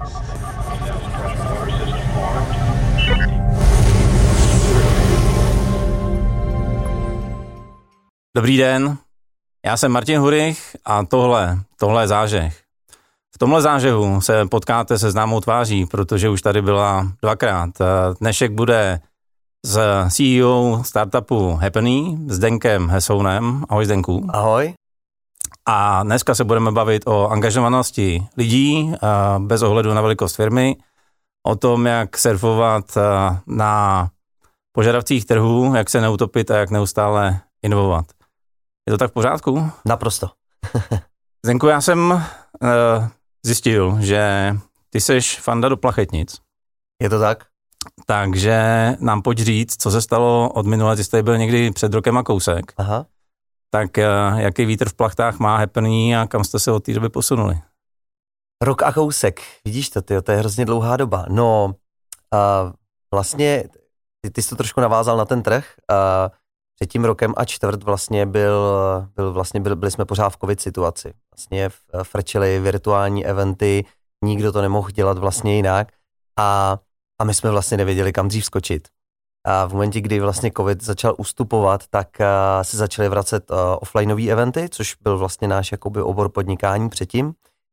Dobrý den, já jsem Martin Hurich a tohle je zážeh. V tomhle zážehu se potkáte se známou tváří, protože už tady byla dvakrát. Dnešek bude s CEO startupu Happny, s Zdenkem Hesounem. Ahoj Zdenku. Ahoj. A dneska se budeme bavit o angažovanosti lidí bez ohledu na velikost firmy, o tom, jak surfovat na požadavcích trhu, jak se neutopit a jak neustále inovovat. Je to tak v pořádku? Naprosto. Zdenku, já jsem zjistil, že ty seš fanda do plachetnic. Je to tak? Takže nám pojď říct, co se stalo od minule, ty jsi tady byl někdy před rokem a kousek. Aha. Tak jaký vítr v plachtách má Happny a kam jste se od té doby posunuli? Rok a kousek, vidíš to, to je hrozně dlouhá doba. No, vlastně, ty jsi to trošku navázal na ten trh. Před tím rokem a čtvrt vlastně byli jsme pořád v covid situaci. Vlastně frčili virtuální eventy, nikdo to nemohl dělat vlastně jinak a my jsme vlastně nevěděli, kam dřív skočit. A v momentě, kdy vlastně covid začal ustupovat, tak se začaly vracet offlineové eventy, což byl vlastně náš jakoby obor podnikání předtím.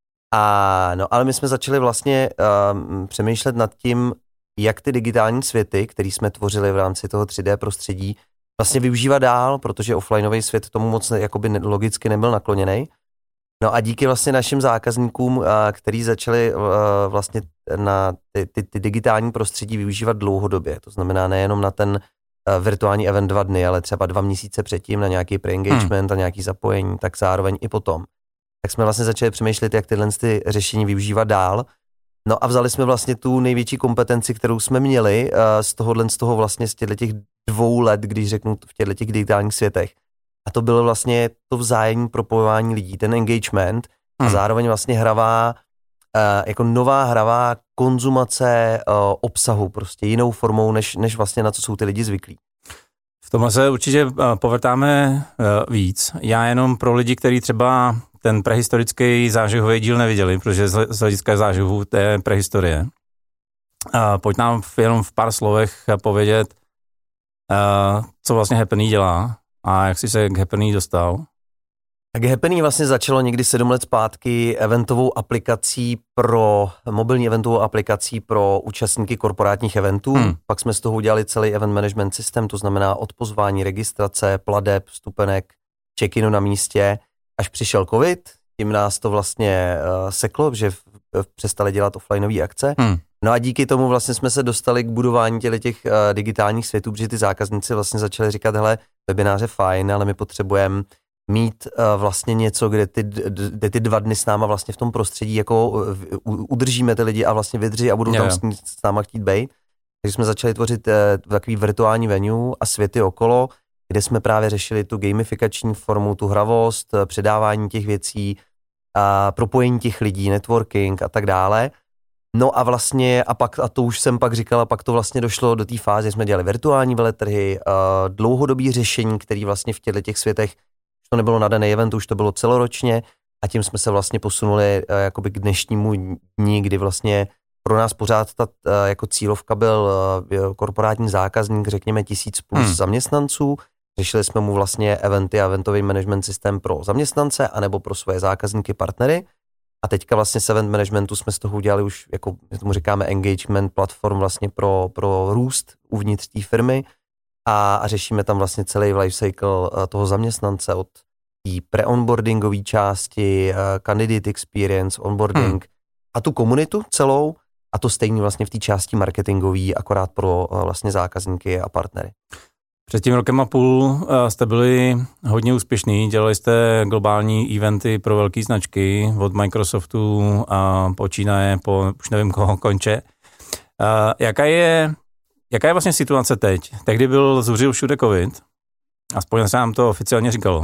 Ale my jsme začali vlastně přemýšlet nad tím, jak ty digitální světy, které jsme tvořili v rámci toho 3D prostředí, vlastně využívat dál, protože offlineový svět tomu moc jakoby logicky nebyl nakloněný. No a díky vlastně našim zákazníkům, kteří začali vlastně na ty digitální prostředí využívat dlouhodobě, to znamená nejenom na ten virtuální event 2 dny, ale třeba 2 měsíce předtím na nějaký pre-engagement a nějaký zapojení, tak zároveň i potom. Tak jsme vlastně začali přemýšlet, jak tyhle řešení využívat dál. No a vzali jsme vlastně tu největší kompetenci, kterou jsme měli z toho vlastně z těch 2 let, když řeknu v těch digitálních světech. A to bylo vlastně to vzájemné propojování lidí, ten engagement a zároveň vlastně jako nová hravá konzumace obsahu, prostě jinou formou, než vlastně na co jsou ty lidi zvyklí. V tomhle se určitě povrtáme víc. Já jenom pro lidi, kteří třeba ten prehistorický zážehový díl neviděli, protože z hlediska zážehu to je prehistorie. Pojď nám jenom v pár slovech povědět, co vlastně Happny dělá a jak jsi se k Happny dostal. Tak Happny vlastně začalo někdy 7 let zpátky mobilní eventovou aplikací pro účastníky korporátních eventů. Pak jsme z toho udělali celý event management systém, to znamená od pozvání, registrace, plateb, vstupenek, check-inu na místě. Až přišel covid, tím nás to vlastně seklo, že přestali dělat offlineové akce. No a díky tomu vlastně jsme se dostali k budování těch digitálních světů, protože ty zákazníci vlastně začali říkat, hele, webináře fajn, ale my potřebujeme mít vlastně něco, kde ty 2 dny s náma vlastně v tom prostředí jako udržíme ty lidi a vlastně vydrží a budou tam s náma chtít být. Takže jsme začali tvořit takový virtuální venue a světy okolo, kde jsme právě řešili tu gamifikační formu, tu hravost, předávání těch věcí, propojení těch lidí, networking a tak dále. No a vlastně, a to už jsem pak říkal, a pak to vlastně došlo do té fáze, že jsme dělali virtuální veletrhy, dlouhodobý řešení, který vlastně v těch světech, už to nebylo na daný event, už to bylo celoročně a tím jsme se vlastně posunuli jakoby k dnešnímu dni, kdy vlastně pro nás pořád ta jako cílovka byl korporátní zákazník, řekněme 1000 plus zaměstnanců. Řešili jsme mu vlastně eventy a eventový management systém pro zaměstnance anebo pro svoje zákazníky, partnery. A teďka vlastně s event managementu jsme z toho udělali už, jako tomu říkáme, engagement platform vlastně pro růst uvnitř té firmy a řešíme tam vlastně celý lifecycle toho zaměstnance od té pre-onboardingové části, candidate experience, onboarding a tu komunitu celou a to stejně vlastně v té části marketingové, akorát pro vlastně zákazníky a partnery. Před tím rokem a půl jste byli hodně úspěšní, dělali jste globální eventy pro velké značky od Microsoftu a počínaje po už nevím koho konče. Jaká je vlastně situace teď? Tehdy zuřil všude covid, aspoň se nám to oficiálně říkalo.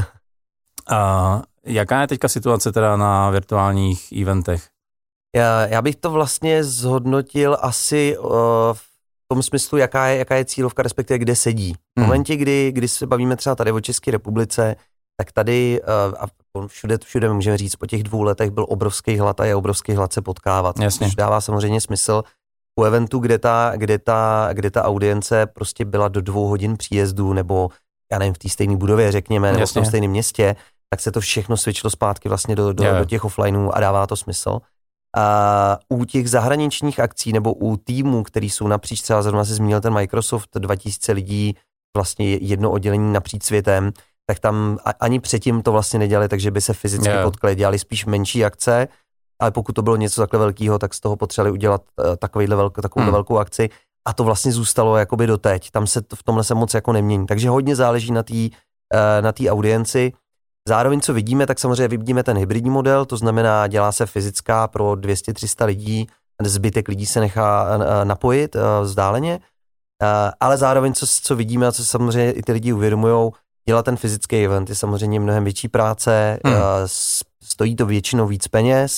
Jaká je teďka situace teda na virtuálních eventech? Já bych to vlastně zhodnotil asi v tom smyslu, jaká je cílovka, respektive kde sedí. V momentě, kdy se bavíme třeba tady o České republice, tak tady, a všude můžeme říct, po těch 2 letech byl obrovský hlad a je obrovský hlad se potkávat. Jasně. Což dává samozřejmě smysl u eventu, kde ta audience prostě byla do 2 hodin příjezdu, nebo já nevím, v té stejné budově, řekněme, nebo v tom stejném městě, tak se to všechno switchlo zpátky vlastně do těch offlineů a dává to smysl. A u těch zahraničních akcí nebo u týmů, který jsou napříč, třeba zrovna si zmínil ten Microsoft, 2000 lidí, vlastně jedno oddělení napříč světem, tak tam ani předtím to vlastně nedělali, takže by se fyzicky potkali, dělali spíš menší akce, ale pokud to bylo něco takhle velkého, tak z toho potřebovali udělat takovou velkou akci a to vlastně zůstalo jakoby doteď. Tam se v tomhle se moc jako nemění. Takže hodně záleží na té audienci. Zároveň, co vidíme, tak samozřejmě vidíme ten hybridní model, to znamená, dělá se fyzická pro 200-300 lidí, zbytek lidí se nechá napojit vzdáleně, ale zároveň, co vidíme a co samozřejmě i ty lidi uvědomujou, dělat ten fyzický event je samozřejmě mnohem větší práce, stojí to většinou víc peněz,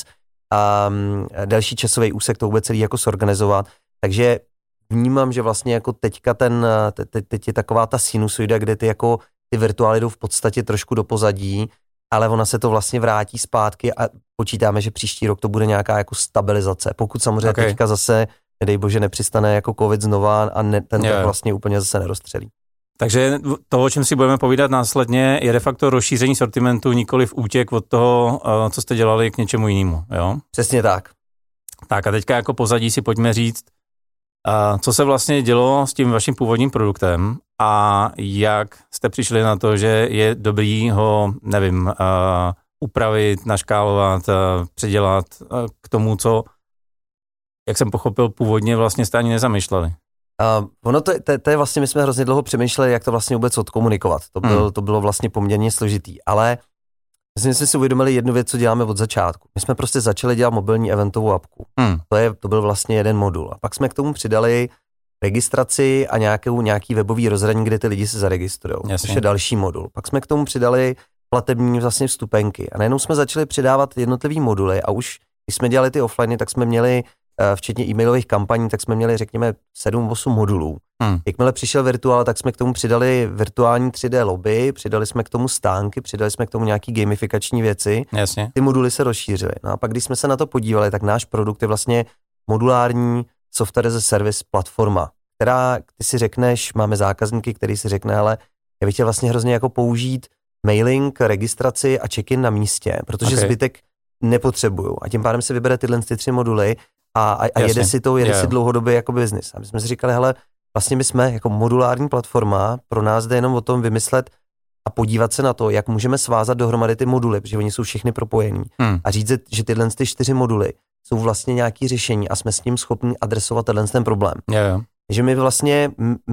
delší časový úsek to vůbec celý jako zorganizovat, takže vnímám, že vlastně jako teďka teď je taková ta sinusoida, kde ty virtuály jdou v podstatě trošku do pozadí, ale ona se to vlastně vrátí zpátky a počítáme, že příští rok to bude nějaká jako stabilizace. Pokud samozřejmě teďka zase, nedej bože, nepřistane jako covid znova a ten tak vlastně úplně zase nerozstřelí. Takže to, o čem si budeme povídat následně, je de facto rozšíření sortimentu, nikoli v útěk od toho, co jste dělali k něčemu jinému, jo? Přesně tak. Tak a teďka jako pozadí si pojďme říct, co se vlastně dělo s tím vaším původním produktem a jak jste přišli na to, že je dobrý ho, nevím, upravit, naškálovat, předělat k tomu, co, jak jsem pochopil, původně vlastně jste ani nezamýšleli. Ono to je vlastně, my jsme hrozně dlouho přemýšleli, jak to vlastně vůbec odkomunikovat. To bylo vlastně poměrně složitý, ale my jsme si uvědomili jednu věc, co děláme od začátku. My jsme prostě začali dělat mobilní eventovou apku. To byl vlastně jeden modul. A pak jsme k tomu přidali registraci a nějaký webový rozhraní, kde ty lidi se zaregistrujou. Což je další modul. Pak jsme k tomu přidali platební vlastně vstupenky. A najednou jsme začali přidávat jednotlivý moduly a už, když jsme dělali ty offline, tak jsme měli včetně e-mailových kampaní, tak jsme měli, řekněme, 7-8 modulů. Jakmile přišel virtuál, tak jsme k tomu přidali virtuální 3D lobby, přidali jsme k tomu stánky, přidali jsme k tomu nějaký gamifikační věci. Jasně. Ty moduly se rozšířily. No a pak, když jsme se na to podívali, tak náš produkt je vlastně modulární software as a service platforma, která, ty si řekneš, máme zákazníky, který si řekne, ale já bych chtěl vlastně hrozně jako použít mailing, registraci a check-in na místě, protože zbytek nepotřebuju. A tím pádem se vybere tyhle 3 moduly a jede si dlouhodobě jako business. A my jsme si říkali, hele, vlastně my jsme jako modulární platforma, pro nás jde jenom o tom vymyslet a podívat se na to, jak můžeme svázat dohromady ty moduly, protože oni jsou všechny propojený. A říct, že tyhle 4 moduly jsou vlastně nějaký řešení a jsme s tím schopni adresovat ten problém. Že my vlastně,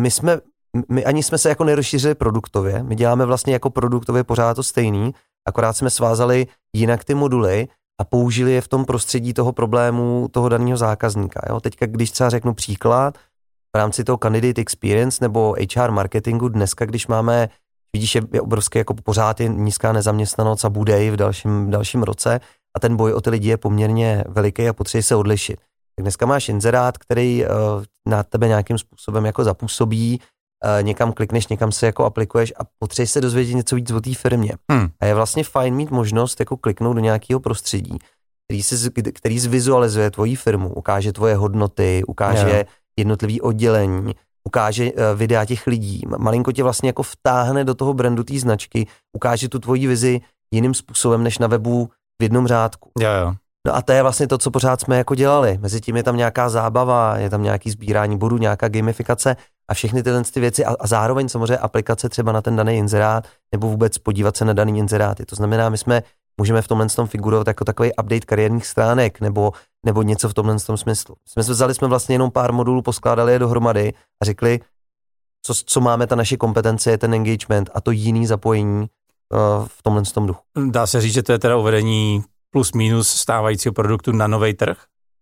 my ani jsme se jako nerozšířili produktově, my děláme vlastně jako produktově pořád to stejný, akorát jsme svázali jinak ty moduly a použili je v tom prostředí toho problému toho daného zákazníka. Jo? Teďka, když třeba řeknu příklad, v rámci toho candidate experience nebo HR marketingu dneska, když máme, vidíš, je obrovské, jako pořád je nízká nezaměstnanost a bude i v dalším roce a ten boj o ty lidi je poměrně veliký a potřebuje se odlišit. Tak dneska máš inzerát, který na tebe nějakým způsobem jako zapůsobí, někam klikneš, někam se jako aplikuješ a potřebuješ se dozvědět něco víc o té firmě. A je vlastně fajn mít možnost jako kliknout do nějakého prostředí, který zvizualizuje tvoji firmu, ukáže tvoje hodnoty, ukáže jednotlivý oddělení, ukáže videa těch lidí, malinko tě vlastně jako vtáhne do toho brandu té značky, ukáže tu tvoji vizi jiným způsobem než na webu v jednom řádku. No a to je vlastně to, co pořád jsme jako dělali. Mezitím je tam nějaká zábava, je tam nějaký sbírání bodů, nějaká gamifikace a všechny tyhle věci a zároveň samozřejmě aplikace třeba na ten daný inzerát nebo vůbec podívat se na daný inzeráty. To znamená, můžeme v tomhle tom figurovat jako takový update kariérních stránek nebo něco v tomhle tom smyslu. Vzali jsme vlastně jenom pár modulů, poskládali je dohromady a řekli, co máme, ta naše kompetence je ten engagement a to jiný zapojení v tomhle tom duchu. Dá se říct, že to je teda uvedení plus minus stávajícího produktu na nový trh?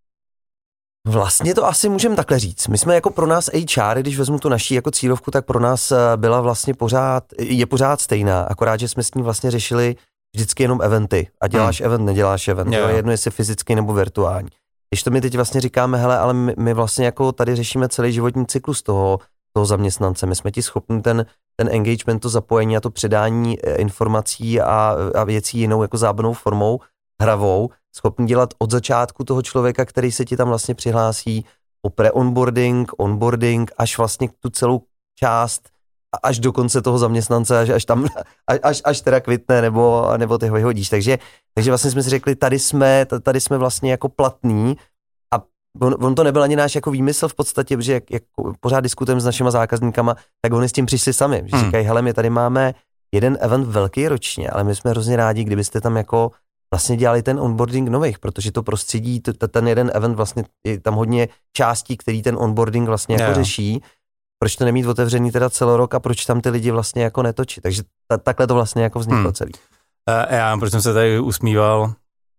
Vlastně to asi můžeme takhle říct. My jsme jako pro nás HR, když vezmu tu naší jako cílovku, tak pro nás byla vlastně je pořád stejná, akorát, že jsme s ní vlastně řešili vždycky jenom eventy. A děláš event, neděláš event. Jo. Jedno jestli fyzický nebo virtuální. Když to my teď vlastně říkáme, hele, ale my vlastně jako tady řešíme celý životní cyklus toho toho zaměstnance. My jsme ti schopni ten engagement, to zapojení a to předání informací a věcí jinou jako zábavnou formou, hravou, schopni dělat od začátku toho člověka, který se ti tam vlastně přihlásí, po pre-onboarding, onboarding, až vlastně tu celou část, až do konce toho zaměstnance, až teda kvitne, nebo ty ho vyhodíš. Takže vlastně jsme si řekli, tady jsme vlastně jako platný a on to nebyl ani náš jako výmysl v podstatě, protože jak pořád diskutujeme s našima zákazníkama, tak oni s tím přišli sami, že říkají, hele, my tady máme jeden event velký ročně, ale my jsme hrozně rádi, kdybyste tam jako vlastně dělali ten onboarding nových, protože to prostředí, ten jeden event vlastně, je tam hodně částí, který ten onboarding vlastně jako řeší. Proč to nemít otevřený teda celorok a proč tam ty lidi vlastně jako netočí. Takže takhle to vlastně jako vzniklo celý. Já, proč jsem se tady usmíval,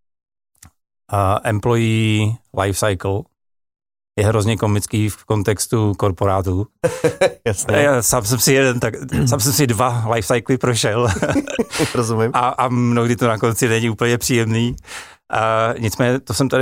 employee life cycle je hrozně komický v kontextu korporátů. Jasně. Já sám jsem si 2 life cycly prošel. Rozumím. A mnohdy to na konci není úplně příjemný. Nicméně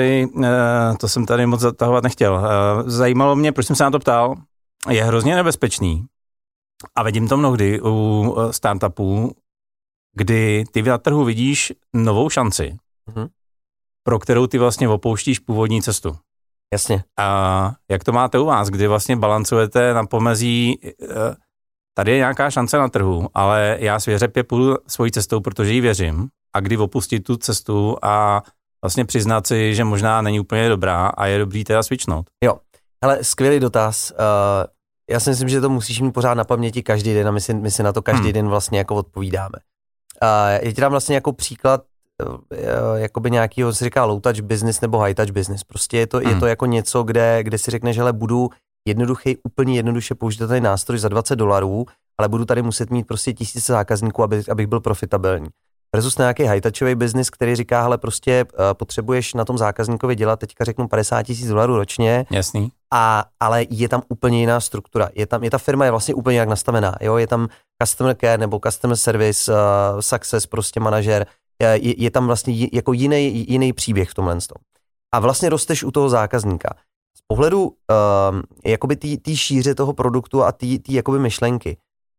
to jsem tady moc zatahovat nechtěl. Zajímalo mě, proč jsem se na to ptal, je hrozně nebezpečný a vidím to mnohdy u startupů, kdy ty na trhu vidíš novou šanci, pro kterou ty vlastně opouštíš původní cestu. Jasně. A jak to máte u vás, kdy vlastně balancujete na pomezí, tady je nějaká šance na trhu, ale já svěřepě půjdu svojí cestou, protože jí věřím, a kdy opustit tu cestu a vlastně přiznat si, že možná není úplně dobrá a je dobrý teda switchnout. Jo. Hele, skvělý dotaz. Já si myslím, že to musíš mít pořád na paměti každý den a my si na to každý den vlastně jako odpovídáme. Já ti dám vlastně jako příklad jakoby nějakýho, se říká low touch business nebo high touch business. Prostě je to jako něco, kde si řekneš, hele, budu úplně jednoduše použitelný nástroj za $20, ale budu tady muset mít prostě 1000 zákazníků, abych byl profitabilní. Versus nějaký high-touchový business, který říká, hele, prostě potřebuješ na tom zákazníkovi dělat, teďka řeknu $50,000 ročně. Jasný. Ale je tam úplně jiná struktura. Ta firma je vlastně úplně jak nastavená. Jo? Je tam customer care nebo customer service, success, prostě manažer. Je tam vlastně jako jiný příběh v tomhle. A vlastně rosteš u toho zákazníka. Z pohledu jakoby té šíře toho produktu a té jakoby myšlenky.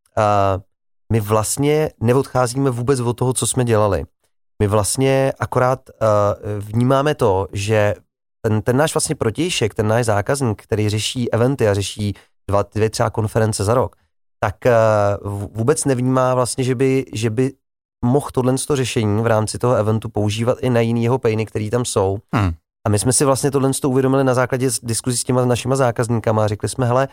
My vlastně neodcházíme vůbec od toho, co jsme dělali. My vlastně akorát vnímáme to, že ten náš vlastně protějšek, ten náš zákazník, který řeší eventy a řeší 2 třeba konference za rok, tak vůbec nevnímá vlastně, že by mohl tohle řešení v rámci toho eventu používat i na jiný jeho painy, který tam jsou. A my jsme si vlastně tohle uvědomili na základě diskuzí s těma našima zákazníkama a řekli jsme, hele,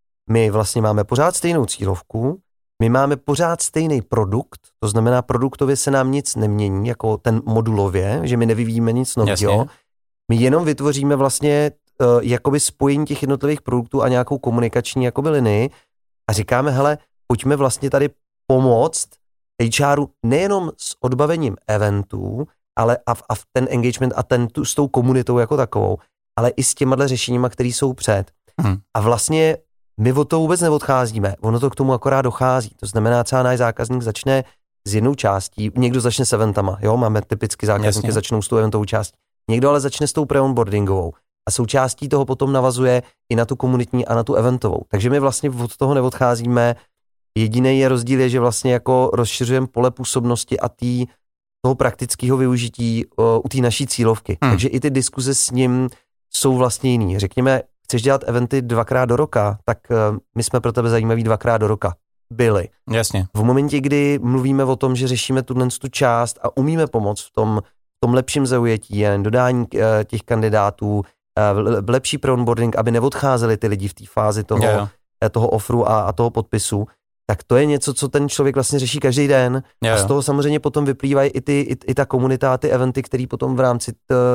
my vlastně máme pořád stejnou cílovku, my máme pořád stejný produkt, to znamená produktově se nám nic nemění, jako ten modulově, že my nevyvíjíme nic nového. My jenom vytvoříme vlastně jakoby spojení těch jednotlivých produktů a nějakou komunikační jakoby linii a říkáme, hele, pojďme vlastně tady pomoct HRu nejenom s odbavením eventů, ale a ten engagement a s tou komunitou jako takovou, ale i s těma řešeníma, které jsou před. A vlastně my od toho vůbec neodcházíme, ono to k tomu akorát dochází. To znamená, třeba náš zákazník začne s jednou částí, někdo začne s eventama, jo, máme typicky zákazníky, začnou s tou eventovou částí. Někdo ale začne s tou pre-onboardingovou a součástí toho potom navazuje i na tu komunitní a na tu eventovou. Takže my vlastně od toho neodcházíme. Jediný rozdíl je, že vlastně jako rozšiřujeme pole působnosti a toho praktického využití u té naší cílovky. Takže i ty diskuze s ním jsou vlastně jiný. Řekněme, chceš dělat eventy 2x do roka, tak my jsme pro tebe zajímaví 2x do roka. Byli. Jasně. V momentě, kdy mluvíme o tom, že řešíme tu část a umíme pomoct v tom lepším zaujetí, dodání těch kandidátů, lepší pro onboarding, aby neodcházeli ty lidi v té fázi toho offeru a toho podpisu, tak to je něco, co ten člověk vlastně řeší každý den. A z toho samozřejmě potom vyplývají i ta komunita, ty eventy, které potom v rámci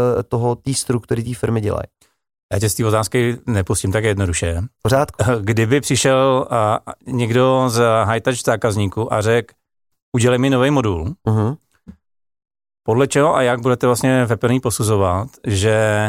té struktury té firmy dělají. Já tě z té otázky nepustím tak jednoduše. Pořádku. Kdyby přišel někdo z high-touch zákazníku a řekl, udělej mi nový modul, podle čeho a jak budete vlastně ve plný posuzovat, že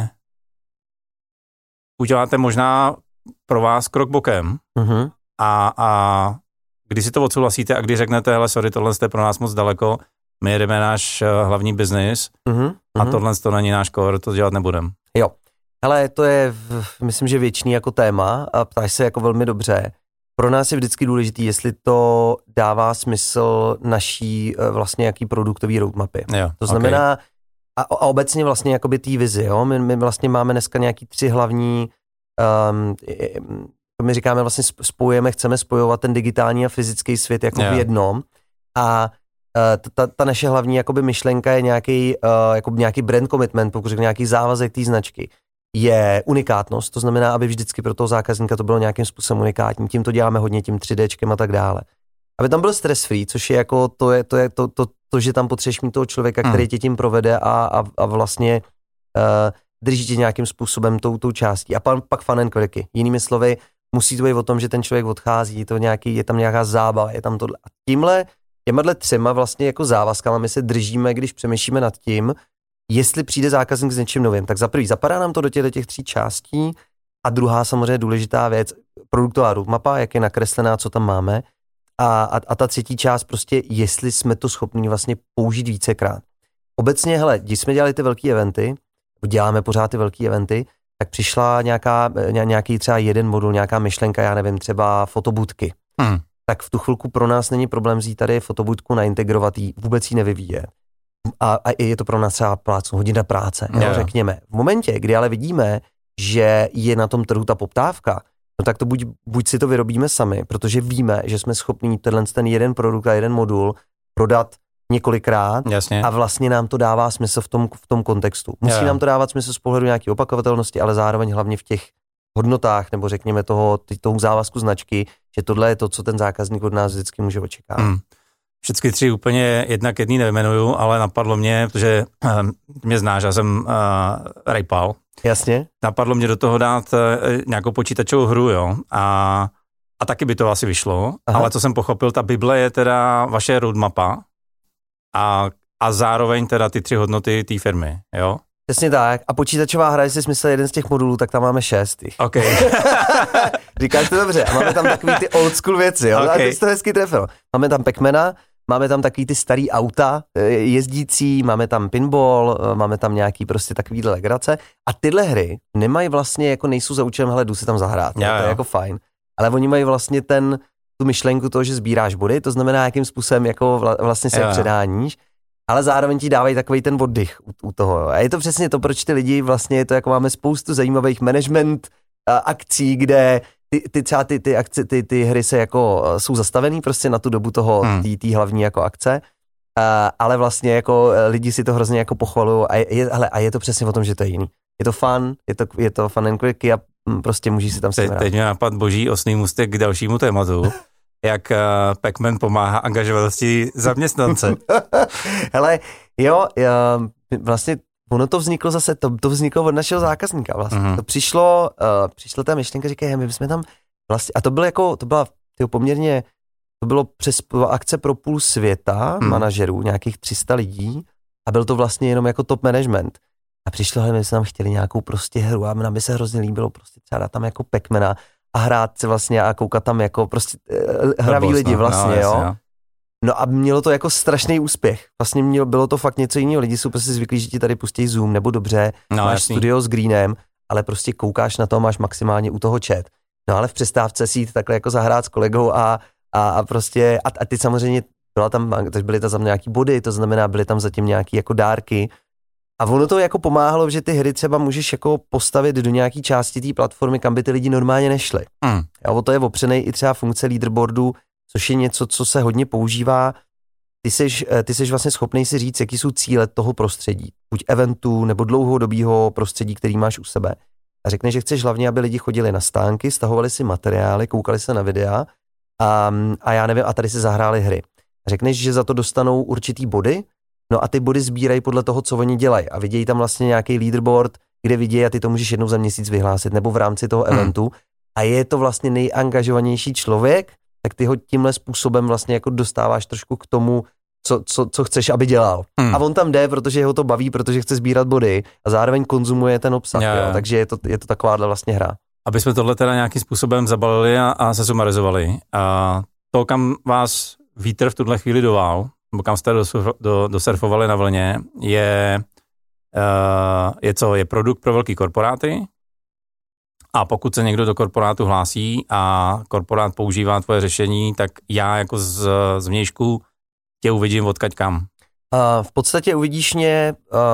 uděláte možná pro vás krok bokem a když si to odsouhlasíte a když řeknete, hele, sorry, tohle je pro nás moc daleko, my jedeme náš hlavní biznis a tohle to není náš core, to dělat nebudem. Jo. Hele, to je, myslím, že věčný jako téma a ptáš se jako velmi dobře. Pro nás je vždycky důležitý, jestli to dává smysl naší vlastně jaký produktový roadmapy. Jo, to znamená, a obecně vlastně jakoby té vizi, jo? My vlastně máme dneska nějaký 3 hlavní, my říkáme vlastně chceme spojovat ten digitální a fyzický svět jako v jednom a ta naše hlavní jakoby myšlenka je nějaký brand commitment, pokud řeknu nějaký závazek té značky, je unikátnost, to znamená, aby vždycky pro toho zákazníka to bylo nějakým způsobem unikátní, tím to děláme hodně, tím 3Dčkem a tak dále. Aby tam byl stress free, což je jako to, že tam potřebuješ mít toho člověka, který tě tím provede a vlastně drží tě nějakým způsobem tou částí. A pak fun and quirky. Jinými slovy, musí to být o tom, že ten člověk odchází, je tam nějaká zábava, je tam tohle. A těma 3 vlastně jako závazkama my se držíme, když přemýšlíme nad tím, jestli přijde zákazník s něčím novým. Tak za prvý zapadá nám to do těch 3 částí a druhá samozřejmě důležitá věc, produktová roadmapa, jak je nakreslená, co tam máme a ta 3. část prostě, jestli jsme to schopni vlastně použít vícekrát. Obecně, hele, když jsme dělali ty velký eventy, děláme pořád ty velký eventy, tak přišla nějaký třeba jeden modul, nějaká myšlenka, já nevím, třeba fotobudky. Tak v tu chvilku pro nás není problém vzít tady fotobudku, naintegrovat jí, vůbec ji nevyvíjet. A je to pro nás třeba hodina práce, řekněme. V momentě, kdy ale vidíme, že je na tom trhu ta poptávka, no tak to buď si to vyrobíme sami, protože víme, že jsme schopni ten jeden produkt a jeden modul prodat několikrát. Jasně. A vlastně nám to dává smysl v tom kontextu. Musí nám to dávat smysl z pohledu nějaké opakovatelnosti, ale zároveň hlavně v těch hodnotách, nebo řekněme toho závazku značky, že tohle je to, co ten zákazník od nás vždycky může očekávat. Všechny 3 úplně jednak jedný nevymenuju, ale napadlo mě, protože mě znáš, já jsem rejpal. Jasně. Napadlo mě do toho dát nějakou počítačovou hru, jo. A taky by to asi vyšlo, ale co jsem pochopil, ta Bible je teda vaše roadmapa a zároveň teda ty 3 hodnoty té firmy, jo. Přesně tak. A počítačová hra, jestli jsi myslel jeden z těch modulů, tak tam máme 6. OK. Říkáš to dobře. A máme tam takový ty old school věci, jo. Okay. A ty jsi to hezky trefil. Máme tam Pac-Mana, máme tam takový ty starý auta jezdící, máme tam pinball, máme tam nějaký prostě takovýhle legrace. A tyhle hry nemají vlastně, jako nejsou za účelem, hele, jdu si tam zahrát. To je jako fajn. Ale oni mají vlastně tu myšlenku toho, že sbíráš body, to znamená, jakým způsobem jako vlastně se předáníš. Ale zároveň ti dávají takový ten oddych u toho. Jo. A je to přesně to, proč ty lidi vlastně, je to jako máme spoustu zajímavých management akcí, kde ty hry se jako jsou zastavený prostě na tu dobu toho, tý hlavní jako akce, ale vlastně jako lidi si to hrozně jako pochvalují a je to přesně o tom, že to je jiný. Je to fun, je to fun and quick a prostě můžeš si tam si hrát. Teď mě napad boží osný můstek k dalšímu tématu. Jak Pac-Man pomáhá angažovanosti zaměstnance. Hele, vlastně ono to vzniklo zase, to vzniklo od našeho zákazníka vlastně. To přišlo ta myšlenka, říkají, my jsme tam vlastně, a to bylo přes akce pro půl světa manažerů, nějakých 300 lidí a byl to vlastně jenom jako top management. A přišlo, my jsme tam chtěli nějakou prostě hru a nám by se hrozně líbilo prostě třeba dát tam jako Pac-Mana a hrát se vlastně a koukat tam jako prostě hraví lidi vlastně, jo. No a mělo to jako strašný úspěch. Vlastně bylo to fakt něco jiného. Lidi jsou prostě zvyklí, že ti tady pustí Zoom nebo dobře, máš studio s greenem, ale prostě koukáš na to, máš maximálně u toho chat. No ale v přestávce si jít takhle jako zahrát s kolegou a prostě, a ty samozřejmě byly tam nějaký body, to znamená, byly tam zatím nějaký jako dárky. A ono to jako pomáhalo, že ty hry třeba můžeš jako postavit do nějaký části té platformy, kam by ty lidi normálně nešli. A o to je opřenej i třeba funkce leaderboardu, což je něco, co se hodně používá. Ty jsi vlastně schopný si říct, jaký jsou cíle toho prostředí. Buď eventu, nebo dlouhodobého prostředí, který máš u sebe. A řekneš, že chceš hlavně, aby lidi chodili na stánky, stahovali si materiály, koukali se na videa a já nevím, a tady si zahráli hry. Řekneš, že za to dostanou určitý body, no a ty body sbírají podle toho, co oni dělají. A vidějí tam vlastně nějaký leaderboard, kde vidějí a ty to můžeš jednou za měsíc vyhlásit, nebo v rámci toho eventu. A je to vlastně nejangažovanější člověk, tak ty ho tímhle způsobem vlastně jako dostáváš trošku k tomu, co chceš, aby dělal. A on tam jde, protože ho to baví, protože chce sbírat body a zároveň konzumuje ten obsah. Jo. Takže je to takováhle vlastně hra. Aby jsme tohle teda nějakým způsobem zabalili a sesumarizovali. A to, kam vás vítr v tuhle chvíli doval, nebo kam jste dosurfovali na vlně, je produkt pro velký korporáty A pokud se někdo do korporátu hlásí a korporát používá tvoje řešení, tak já jako z vnějšku tě uvidím odkaď kam. V podstatě uvidíš mě,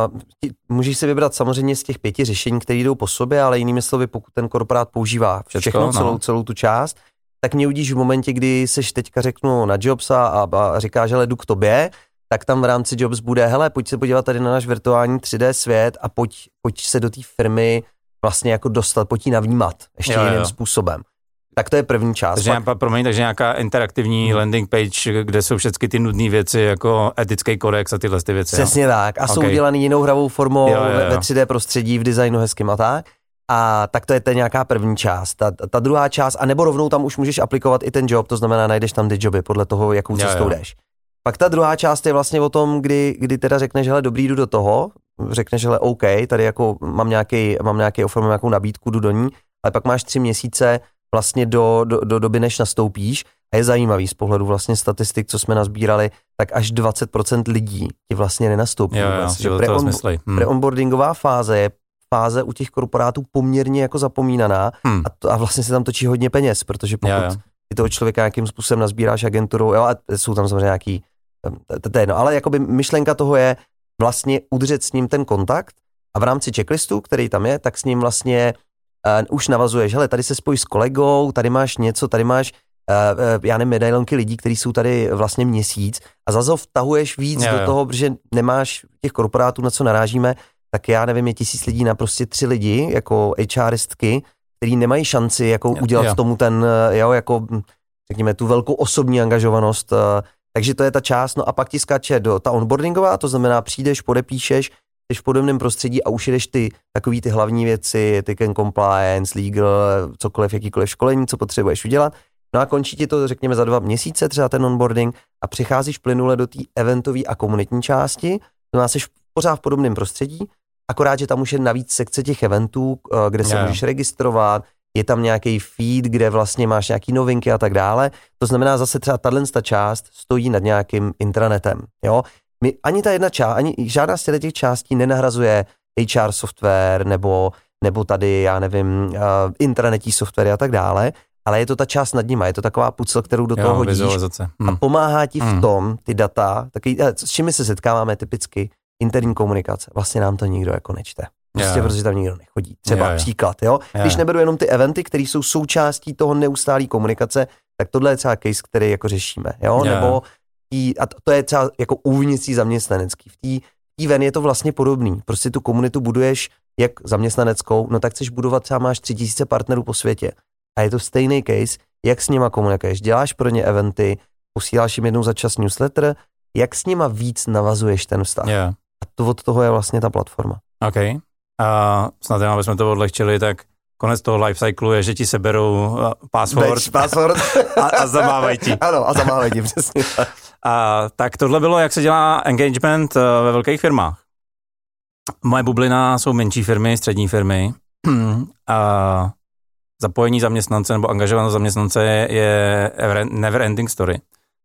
můžeš si vybrat samozřejmě z těch 5 řešení, které jdou po sobě, ale jinými slovy, pokud ten korporát používá všechno, celou tu část, tak mě uvidíš v momentě, kdy seš teďka řeknu na Jobs a říkáš, hele, jdu k tobě, tak tam v rámci Jobs bude, hele, pojď se podívat tady na náš virtuální 3D svět a pojď se do té firmy vlastně jako dostat, pojď ji navnímat ještě jiným způsobem. Tak to je první část. Takže nějaká interaktivní landing page, kde jsou všechny ty nudné věci, jako etický kodex a tyhle ty věci. Přesně tak. A jsou udělané jinou hravou formou ve 3D prostředí, v designu hezkým a tak. A tak to je nějaká první část. Ta druhá část, a nebo rovnou tam už můžeš aplikovat i ten job, to znamená, najdeš tam ty joby podle toho, jakou cestou jdeš. Pak ta druhá část je vlastně o tom, kdy teda řekneš, hele, dobrý, jdu do toho, řekneš, hele, OK, tady jako mám nějaký offer, mám nějakou nabídku, jdu do ní, ale pak máš 3 měsíce vlastně do doby, než nastoupíš, a je zajímavý z pohledu vlastně statistik, co jsme nazbírali, tak až 20% lidí ti vlastně nenastoupí. Pre-onboardingová fáze je fáze u těch korporátů poměrně jako zapomínaná a vlastně se tam točí hodně peněz, protože pokud ty toho člověka nějakým způsobem nazbíráš agenturou, a jsou tam samozřejmě nějaký, to je jedno, ale jakoby myšlenka toho je vlastně udržet s ním ten kontakt a v rámci checklistu, který tam je, tak s ním vlastně už navazuješ, hele, tady se spojíš s kolegou, tady máš něco, tady máš, já nevím, medailonky lidí, kteří jsou tady vlastně měsíc a zase ho vtahuješ víc do toho, protože nemáš těch korporátů, na co narážíme, tak já nevím, je 1000 lidí na prostě 3 lidi, jako HRistky, který nemají šanci jako udělat tomu ten, jako řekněme, tu velkou osobní angažovanost, takže to je ta část, no a pak ti skáče do ta onboardingová, to znamená přijdeš, podepíšeš, jsi v podobném prostředí a už jdeš takový ty hlavní věci, ethics compliance, legal, cokoliv, jakýkoliv školení, co potřebuješ udělat. No a končí ti to, řekněme, za 2 měsíce třeba ten onboarding a přecházíš plynule do té eventové a komunitní části, to znamená, jsi pořád v podobném prostředí, akorát, že tam už je navíc sekce těch eventů, kde se můžeš registrovat, je tam nějaký feed, kde vlastně máš nějaký novinky a tak dále. To znamená zase třeba tato část stojí nad nějakým intranetem, jo. Ani ta jedna část, ani žádná z těch částí nenahrazuje HR software nebo tady, já nevím, intranetí software a tak dále, ale je to ta část nad nima, je to taková pucl, kterou do toho hodíš a pomáhá ti v tom ty data, taky, s čimi se setkáváme typicky, interní komunikace, vlastně nám to nikdo jako nečte. Prostě protože tam nikdo nechodí. Třeba příklad, jo. Když neberu jenom ty eventy, které jsou součástí toho neustálé komunikace, tak tohle je třeba case, který jako řešíme, jo, nebo a to je třeba jako uvnitř zaměstnanecký. V té ven je to vlastně podobný. Prostě tu komunitu buduješ jak zaměstnaneckou, no tak chceš budovat, třeba máš 3000 partnerů po světě. A je to stejný case, jak s nima komunikuješ. Děláš pro ně eventy, posíláš jim jednou za čas newsletter, jak s nima víc navazuješ ten vztah. A to od toho je vlastně ta platforma. OK. A snad jenom, aby jsme to odlehčili, tak konec toho lifecyclu je, že ti seberou password a zamávají ti. Ano, a zamávají ti, přesně. Tak tohle bylo, jak se dělá engagement ve velkých firmách. Moje bublina jsou menší firmy, střední firmy. A zapojení zaměstnance nebo angažovanost zaměstnance je never ending story.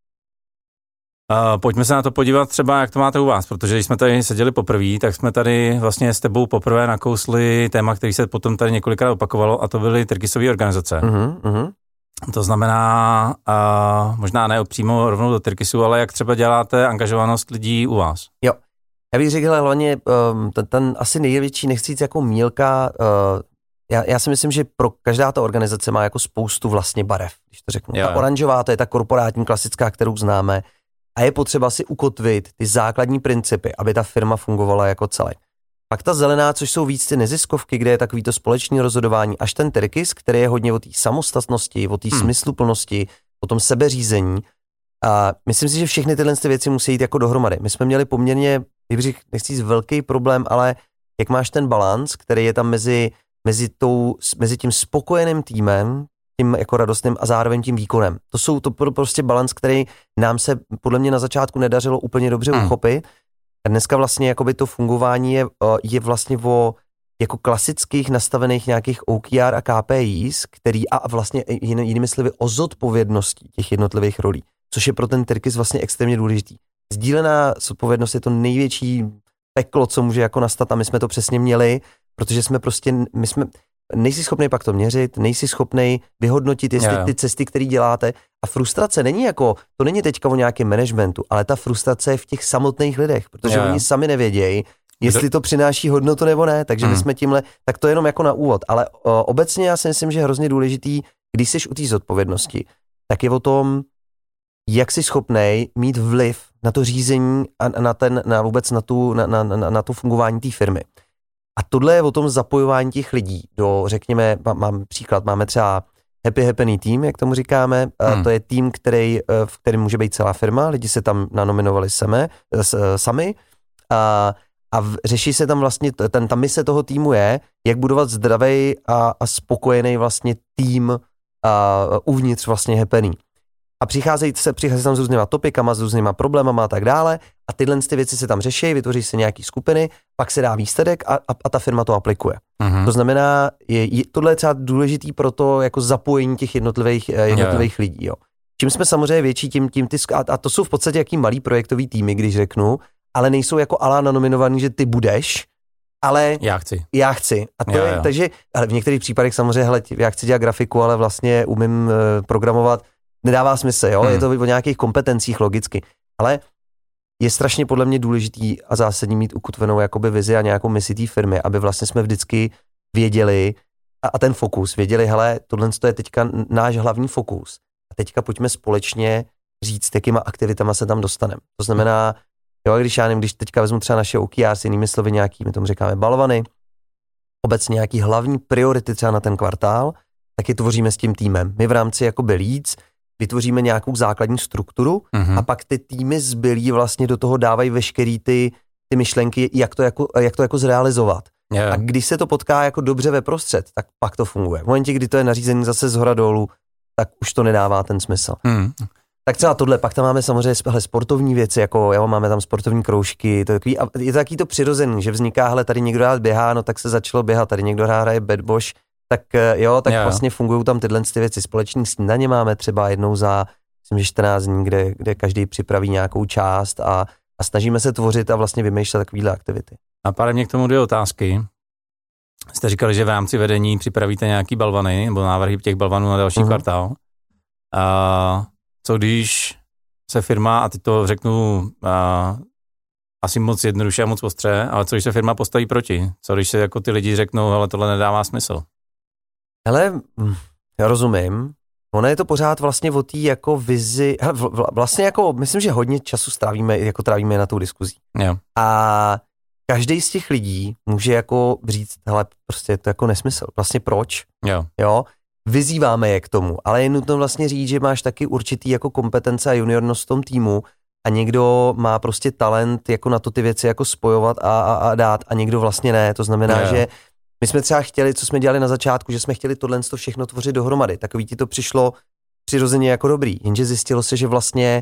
Pojďme se na to podívat třeba, jak to máte u vás, protože když jsme tady seděli poprvé, tak jsme tady vlastně s tebou poprvé nakousli téma, který se potom tady několikrát opakovalo, a to byly Tyrkisové organizace. To znamená, možná ne přímo rovnou do Tyrkisu, ale jak třeba děláte angažovanost lidí u vás? Jo, já bych řekl hlavně ten asi největší, nechci říct jako mílka, já si myslím, že pro každá ta organizace má jako spoustu vlastně barev, když to řeknu. Ta oranžová, to je ta korporátní klasická, kterou známe, a je potřeba si ukotvit ty základní principy, aby ta firma fungovala jako celek. Pak ta zelená, což jsou víc ty neziskovky, kde je takový to společné rozhodování, až ten Tyrkis, který je hodně o té samostatnosti, o té smysluplnosti, o tom sebeřízení. A myslím si, že všechny tyhle věci musí jít jako dohromady. My jsme měli poměrně, nechci říct velký problém, ale jak máš ten balans, který je tam mezi tím spokojeným týmem, tím jako radostným a zároveň tím výkonem. To prostě balans, který nám se podle mě na začátku nedařilo úplně dobře uchopit. A dneska vlastně jakoby to fungování je vlastně o jako klasických nastavených nějakých OKR a KPIs, který a vlastně jinými slovy o zodpovědnosti těch jednotlivých rolí, což je pro ten Tyrkis vlastně extrémně důležitý. Sdílená zodpovědnost je to největší peklo, co může jako nastat, a my jsme to přesně měli, protože nejsi schopný pak to měřit, nejsi schopný vyhodnotit, jestli ty cesty, které děláte. A frustrace není jako, to není teďka o nějakém managementu, ale ta frustrace je v těch samotných lidech, protože oni sami nevědějí, jestli to přináší hodnotu nebo ne, takže my jsme tímhle, tak to je jenom jako na úvod, ale obecně já si myslím, že je hrozně důležitý, když jsi u té zodpovědnosti, tak je o tom, jak jsi schopnej mít vliv na to řízení a vůbec na to fungování té firmy. A tohle je o tom zapojování těch lidí do, řekněme, mám příklad, máme třeba Happy Team, jak tomu říkáme, to je tým, v kterém může být celá firma, lidi se tam nanominovali sami a řeší se tam vlastně, ta mise toho týmu je, jak budovat zdravý a spokojený vlastně tým uvnitř vlastně Happy. A přichází tam s různýma topikama, s různýma problémama a tak dále a tyhle ty věci se tam řeší, vytvoří se nějaký skupiny, pak se dá výsledek a ta firma to aplikuje. To znamená, tohle je třeba důležitý pro to jako zapojení těch jednotlivých lidí. Jo. Čím jsme samozřejmě větší, tím a to jsou v podstatě jaký malý projektový týmy, když řeknu, ale nejsou jako nominovaný, že ty budeš, ale já chci. A to je, takže, ale v některých případech samozřejmě, hele, já chci dělat grafiku, ale vlastně umím programovat, nedává smysl, jo? Je to o nějakých kompetencích logicky, ale je strašně podle mě důležitý a zásadní mít ukotvenou jakoby vizi a nějakou misi té firmy, aby vlastně jsme vždycky věděli a ten fokus, věděli, hele, tohle je teďka náš hlavní fokus a teďka pojďme společně říct, jakýma aktivitama se tam dostaneme. To znamená, jo, když teďka vezmu třeba naše OKRs, jinými slovy nějaký, my tomu říkáme balvany, obecně nějaký hlavní priority třeba na ten kvartál, tak je tvoříme s tím týmem. My v rámci jakoby leads vytvoříme nějakou základní strukturu a pak ty týmy zbylí vlastně do toho dávají veškerý ty myšlenky, jak to jako zrealizovat. A když se to potká jako dobře ve prostřed, tak pak to funguje. V momentě, kdy to je nařízení zase zhora dolů, tak už to nedává ten smysl. Tak třeba tohle, pak tam máme samozřejmě sportovní věci, jako máme tam sportovní kroužky, je to takový to přirozený, že vzniká, tady někdo rád běhá, no tak se začalo běhat, tady někdo hraje Bad Bosch, tak vlastně fungují tam tyhle věci. Společní snídaně máme třeba jednou za, myslím, že 14 dní, kde každý připraví nějakou část a snažíme se tvořit a vlastně vymýšlet takovýhle aktivity. A pár mě k tomu 2 otázky. Jste říkali, že v rámci vedení připravíte nějaký balvany nebo návrhy těch balvanů na další kvartál. A co když se firma, a teď to řeknu asi moc jednoduše a moc ostře, ale co když se firma postaví proti? Co když se jako ty lidi řeknou, ale tohle nedává smysl? Hele, já rozumím. Ono je to pořád vlastně o té jako vizi, vlastně jako myslím, že hodně času trávíme na tou diskuzí. Jo. A každý z těch lidí může jako říct, hele, prostě je to jako nesmysl. Vlastně proč? Jo. Vyzýváme je k tomu, ale je nutno vlastně říct, že máš taky určitý jako kompetence a juniornost v tom týmu a někdo má prostě talent jako na to ty věci jako spojovat a dát a někdo vlastně ne. To znamená, že my jsme třeba chtěli, co jsme dělali na začátku, že jsme chtěli tohle všechno tvořit dohromady. Takový ti to přišlo přirozeně jako dobrý, jenže zjistilo se, že vlastně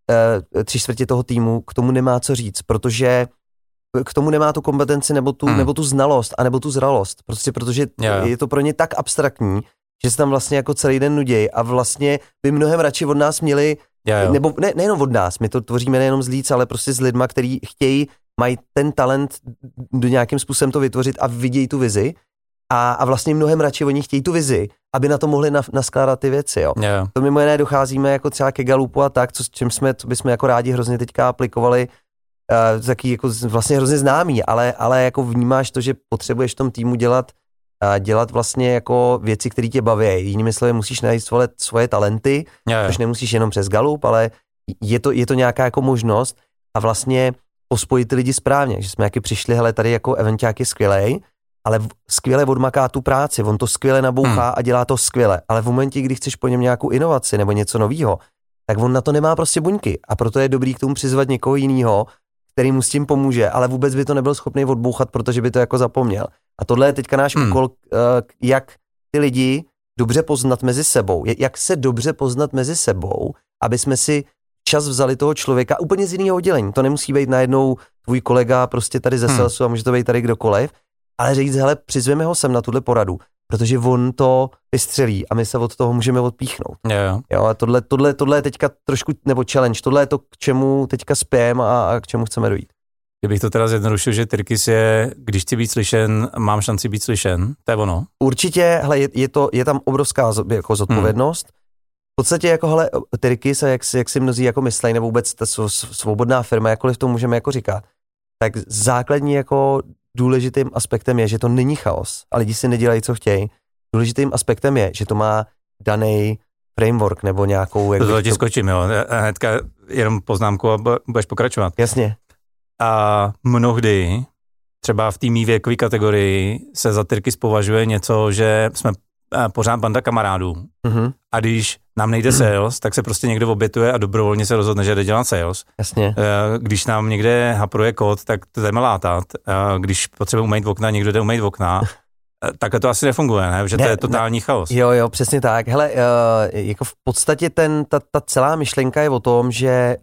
3/4 toho týmu k tomu nemá co říct, protože k tomu nemá tu kompetenci nebo tu znalost a nebo tu zralost. Prostě protože je to pro ně tak abstraktní, že se tam vlastně jako celý den nudějí a vlastně by mnohem radši od nás měli, nebo nejenom od nás, my to tvoříme nejenom z líc, ale prostě s lidma, kteří mají ten talent do nějakým způsobem to vytvořit a vidějí tu vizi a vlastně mnohem radši oni chtějí tu vizi, aby na to mohli naskládat ty věci. Jo. To mimo jiné docházíme jako třeba ke Galupu a tak, co bychom jako rádi hrozně teďka aplikovali, taky jako vlastně hrozně známý, ale jako vnímáš to, že potřebuješ v tom týmu dělat vlastně jako věci, které tě baví. Jinými slovy, musíš najít svoje talenty, což nemusíš jenom přes Galup, ale je to nějaká jako možnost a vlastně pospojit ty lidi správně, že jsme jaky přišli, hele, tady jako evenťák je skvělej, ale skvěle odmaká tu práci, on to skvěle nabouchá a dělá to skvěle, ale v momentě, kdy chceš po něm nějakou inovaci nebo něco novýho, tak on na to nemá prostě buňky a proto je dobrý k tomu přizvat někoho jinýho, který mu s tím pomůže, ale vůbec by to nebyl schopný odbouchat, protože by to jako zapomněl. A tohle je teďka náš úkol, jak ty lidi dobře poznat mezi sebou, jak se dobře poznat mezi sebou, aby jsme si čas vzali toho člověka úplně z jiného oddělení. To nemusí být najednou tvůj kolega prostě tady ze salesu a může to být tady kdokoliv, ale říct, hele, přizveme ho sem na tuhle poradu, protože on to vystřelí a my se od toho můžeme odpíchnout. Jo, a tohle je teďka trošku, nebo challenge, tohle je to, k čemu teďka spějeme a k čemu chceme dojít. Kdybych to teda zjednodušil, že Tyrkis je, když chci být slyšen, mám šanci být slyšen, to je ono. Určitě, hele, je tam obrovská jako zodpovědnost. V podstatě jako, hele, Tyrkis, jak si mnozí jako myslejí, nebo vůbec ta svobodná firma, jakkoliv to můžeme jako říkat, tak základní jako důležitým aspektem je, že to není chaos a lidi si nedělají, co chtějí. Důležitým aspektem je, že to má daný framework nebo nějakou... To ti skočím, jo. Hnedka jenom poznámku a budeš pokračovat. Jasně. A mnohdy, třeba v té mý věkové kategorii, se za Tyrkis považuje něco, že jsme pořád banda kamarádů. Mm-hmm. A když nám nejde sales, tak se prostě někdo obětuje a dobrovolně se rozhodne, že jde dělat sales. Jasně. Když nám někde hapruje kód, tak to jdeme látat. Když potřebujeme umýt okna, někdo jde umýt okna. Takhle to asi nefunguje, ne? Že to je totální chaos. Jo, přesně tak. Hele, jako v podstatě ta celá myšlenka je o tom, že